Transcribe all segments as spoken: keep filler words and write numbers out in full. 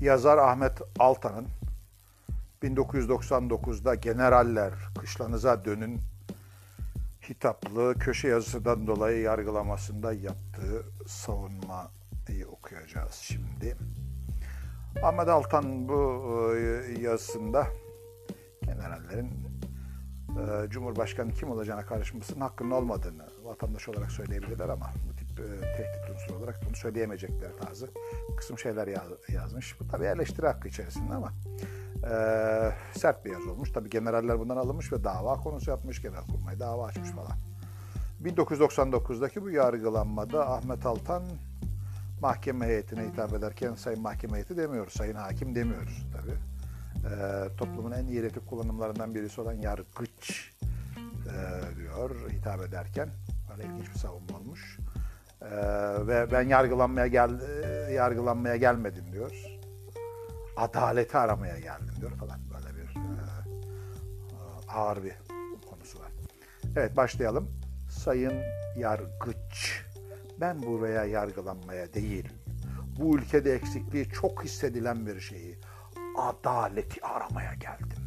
Yazar Ahmet Altan'ın bin dokuz yüz doksan dokuzda Generaller Kışlanıza Dönün hitaplı köşe yazısından dolayı yargılamasında yaptığı savunmayı okuyacağız şimdi. Ahmet Altan bu yazısında generallerin e, Cumhurbaşkanı kim olacağına karışmasının hakkının olmadığını vatandaş olarak söyleyebilirler ama bu tip e, tehdit unsuru olarak bunu söyleyemeyecekler tarzı kısım şeyler yaz, yazmış. Bu tabii eleştiri hakkı içerisinde ama e, sert bir yazı olmuş. Tabii generaller bundan alınmış ve dava konusu yapmış. Genelkurmay dava açmış falan. bin dokuz yüz doksan dokuzdaki bu yargılanmada Ahmet Altan mahkeme heyetine hitap ederken sayın mahkeme heyeti demiyoruz, sayın hakim demiyoruz tabii. Ee, toplumun en iğretik kullanımlarından birisi olan yargıç e, diyor hitap ederken. Böyle ilginç bir savunma olmuş. Ee, ve ben yargılanmaya gel yargılanmaya gelmedim diyor. Adaleti aramaya geldim diyor falan, böyle bir e, ağır bir konusu var. Evet, başlayalım. Sayın yargıç, ben buraya yargılanmaya değil, bu ülkede eksikliği çok hissedilen bir şeyi, adaleti aramaya geldim.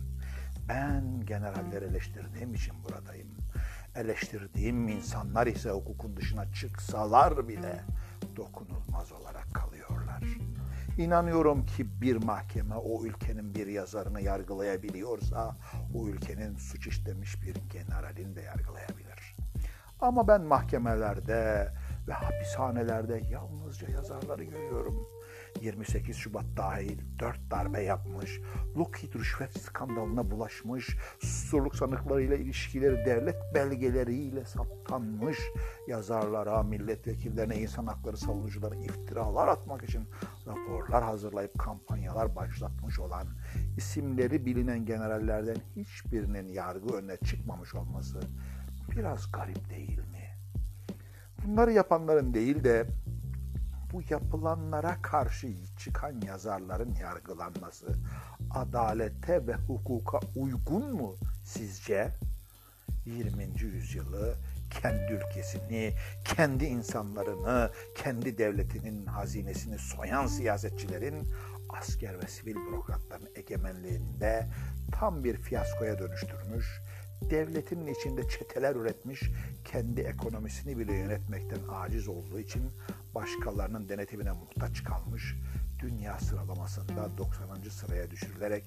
Ben generalleri eleştirdiğim için buradayım. Eleştirdiğim insanlar ise hukukun dışına çıksalar bile dokunulmaz olarak kalıyorlar. İnanıyorum ki bir mahkeme o ülkenin bir yazarını yargılayabiliyorsa, o ülkenin suç işlemiş bir generalini de yargılayabilir. Ama ben mahkemelerde ve hapishanelerde yalnızca yazarları görüyorum. yirmi sekiz Şubat dahil dört darbe yapmış, Lockheed rüşvet skandalına bulaşmış, susurluk sanıklarıyla ilişkileri devlet belgeleriyle saptanmış yazarlara, milletvekillerine, insan hakları savunuculara iftiralar atmak için raporlar hazırlayıp kampanyalar başlatmış olan isimleri bilinen generallerden hiçbirinin yargı önüne çıkmamış olması biraz garip değil mi? Bunları yapanların değil de bu yapılanlara karşı çıkan yazarların yargılanması adalete ve hukuka uygun mu sizce? yirminci yüzyılı kendi ülkesini, kendi insanlarını, kendi devletinin hazinesini soyan siyasetçilerin asker ve sivil bürokratların egemenliğinde tam bir fiyaskoya dönüştürmüş, devletinin içinde çeteler üretmiş, kendi ekonomisini bile yönetmekten aciz olduğu için başkalarının denetimine muhtaç kalmış, dünya sıralamasında doksanıncı sıraya düşürülerek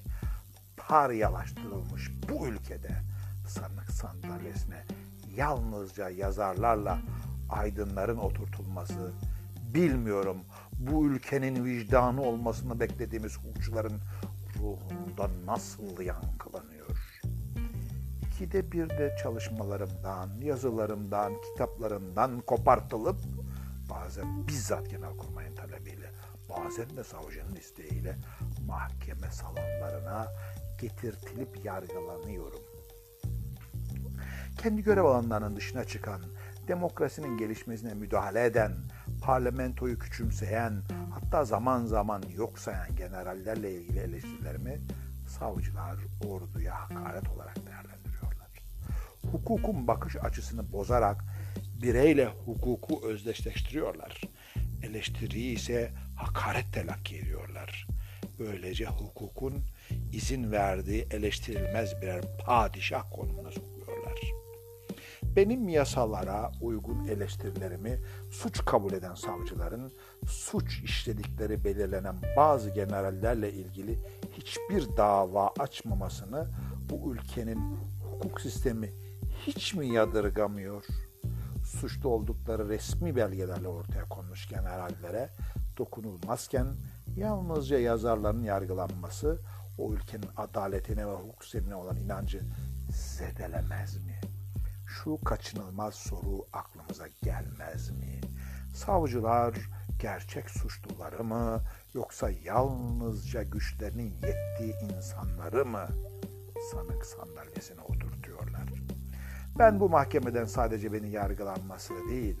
paryalaştırılmış bu ülkede sanık sandalyesine yalnızca yazarlarla aydınların oturtulması, bilmiyorum bu ülkenin vicdanı olmasını beklediğimiz hukukçuların ruhunda nasıl yankılanıyor? İkide bir de çalışmalarımdan, yazılarımdan, kitaplarımdan kopartılıp bazen bizzat Genelkurmay'ın talebiyle, bazen de savcının isteğiyle mahkeme salonlarına getirtilip yargılanıyorum. Kendi görev alanlarının dışına çıkan, demokrasinin gelişmesine müdahale eden, parlamentoyu küçümseyen, hatta zaman zaman yok sayan generallerle ilgili eleştirilerimi savcılar orduya hakaret olarak değerlendiriyorlar. Hukukun bakış açısını bozarak bireyle hukuku özdeşleştiriyorlar. Eleştiriyi ise hakaret telakki ediyorlar. Böylece hukukun izin verdiği eleştirilmez birer padişah konumuna sokuyorlar. Benim yasalara uygun eleştirilerimi suç kabul eden savcıların suç işledikleri belirlenen bazı generallerle ilgili hiçbir dava açmamasını bu ülkenin hukuk sistemi hiç mi yadırgamıyor? Suçlu oldukları resmi belgelerle ortaya konmuş generallere dokunulmazken yalnızca yazarların yargılanması o ülkenin adaletine ve hukuk sistemine olan inancı zedelemez mi? Şu kaçınılmaz soru aklımıza gelmez mi? Savcılar gerçek suçluları mı yoksa yalnızca güçlerinin yettiği insanları mı sanık sandalyesine oturtuyorlar? Ben bu mahkemeden sadece beni yargılanması değil,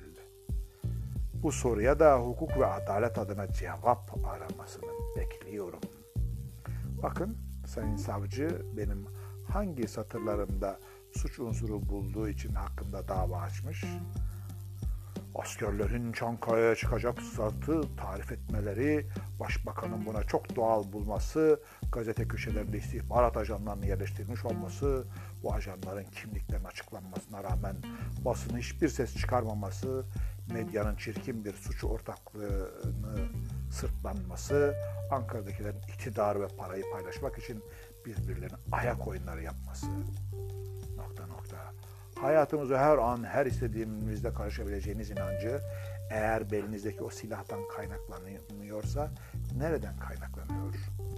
bu soruya da hukuk ve adalet adına cevap aramasını bekliyorum. Bakın sayın savcı benim hangi satırlarımda suç unsuru bulduğu için hakkında dava açmış? askerlerin Çankaya'ya çıkacak zatı tarif etmeleri, başbakanın buna çok doğal bulması, gazete köşelerinde istihbarat ajanlarını yerleştirmiş olması, bu ajanların kimliklerinin açıklanmasına rağmen basının hiçbir ses çıkarmaması, medyanın çirkin bir suç ortaklığını sırtlanması, Ankara'dakilerin iktidarı ve parayı paylaşmak için birbirlerine ayak oyunları yapması. Nokta nokta. Hayatımıza her an, her istediğimizde karışabileceğiniz inancı, eğer belinizdeki o silahtan kaynaklanıyorsa, nereden kaynaklanıyor?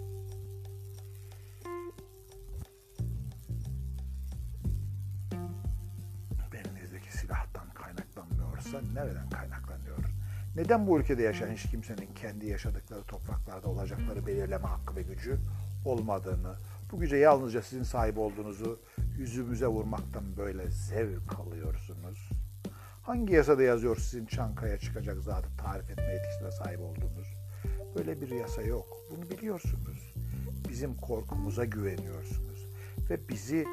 Belinizdeki silahtan kaynaklanmıyorsa, nereden kaynaklanıyor? Neden bu ülkede yaşayan hiç kimsenin kendi yaşadıkları topraklarda olacakları belirleme hakkı ve gücü olmadığını, bu güce yalnızca sizin sahip olduğunuzu yüzümüze vurmaktan böyle zevk alıyorsunuz? Hangi yasada yazıyor sizin Çankaya çıkacak zatı tarif etme yetkisine sahip olduğunuz? Böyle bir yasa yok. Bunu biliyorsunuz. Bizim korkumuza güveniyorsunuz. Ve bizi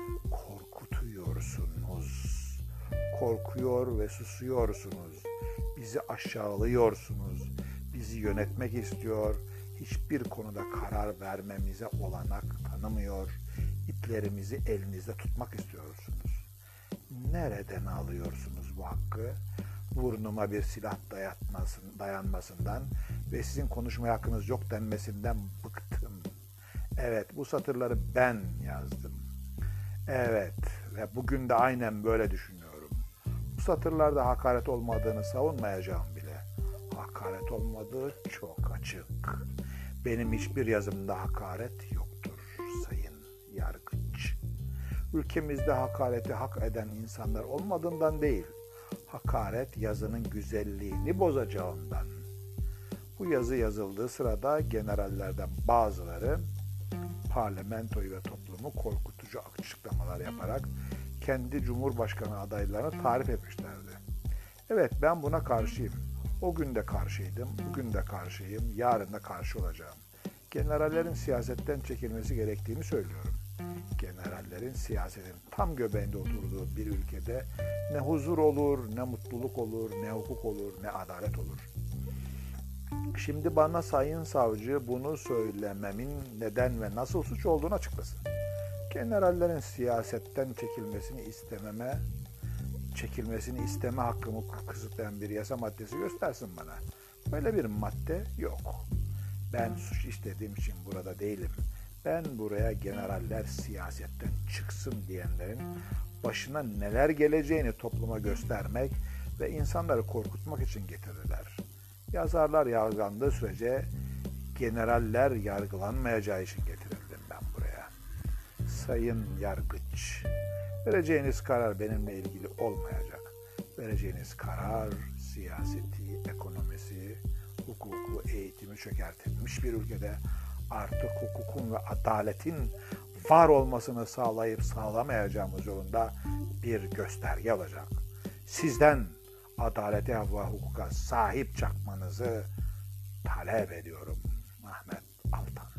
korkutuyorsunuz. Korkuyor ve susuyorsunuz. Bizi aşağılıyorsunuz. Bizi yönetmek istiyor. Hiçbir konuda karar vermemize olanak tanımıyor. İplerimizi elinizde tutmak istiyorsunuz. Nereden alıyorsunuz bu hakkı? Burnuma bir silah dayatmasın, dayanmasından ve sizin konuşmaya hakkınız yok denmesinden bıktım. Evet, bu satırları ben yazdım. Evet ve bugün de aynen böyle düşünüyorum. Bu satırlarda hakaret olmadığını savunmayacağım bile. Hakaret olmadığı çok açık. Benim hiçbir yazımda hakaret yoktur sayın yargıç. Ülkemizde hakareti hak eden insanlar olmadığından değil, hakaret yazının güzelliğini bozacağından. Bu yazı yazıldığı sırada generallerden bazıları parlamentoyu ve toplumu korkutucu açıklamalar yaparak kendi cumhurbaşkanı adaylarını tarif etmişlerdi. Evet, ben buna karşıyım. O gün de karşıydım, bugün de karşıyım, yarın da karşı olacağım. Generallerin siyasetten çekilmesi gerektiğini söylüyorum. Generallerin siyasetin tam göbeğinde oturduğu bir ülkede ne huzur olur, ne mutluluk olur, ne hukuk olur, ne adalet olur. Şimdi bana sayın savcı bunu söylememin neden ve nasıl suç olduğunu açıklasın. Generallerin siyasetten çekilmesini istememe, çekilmesini isteme hakkımı kısıtlayan bir yasa maddesi göstersin bana. Böyle bir madde yok. Ben suç işlediğim için burada değilim. Ben buraya generaller siyasetten çıksın diyenlerin başına neler geleceğini topluma göstermek ve insanları korkutmak için getirdiler. Yazarlar yargılandığı sürece generaller yargılanmayacağı için getirildim ben buraya. Sayın yargıç, vereceğiniz karar benimle ilgili olmayacak. Vereceğiniz karar siyaseti, ekonomisi, hukuku, eğitimi çökertilmiş bir ülkede artık hukukun ve adaletin var olmasını sağlayıp sağlamayacağımız yolunda bir gösterge olacak. Sizden adalete ve hukuka sahip çıkmanızı talep ediyorum. Ahmet Altan.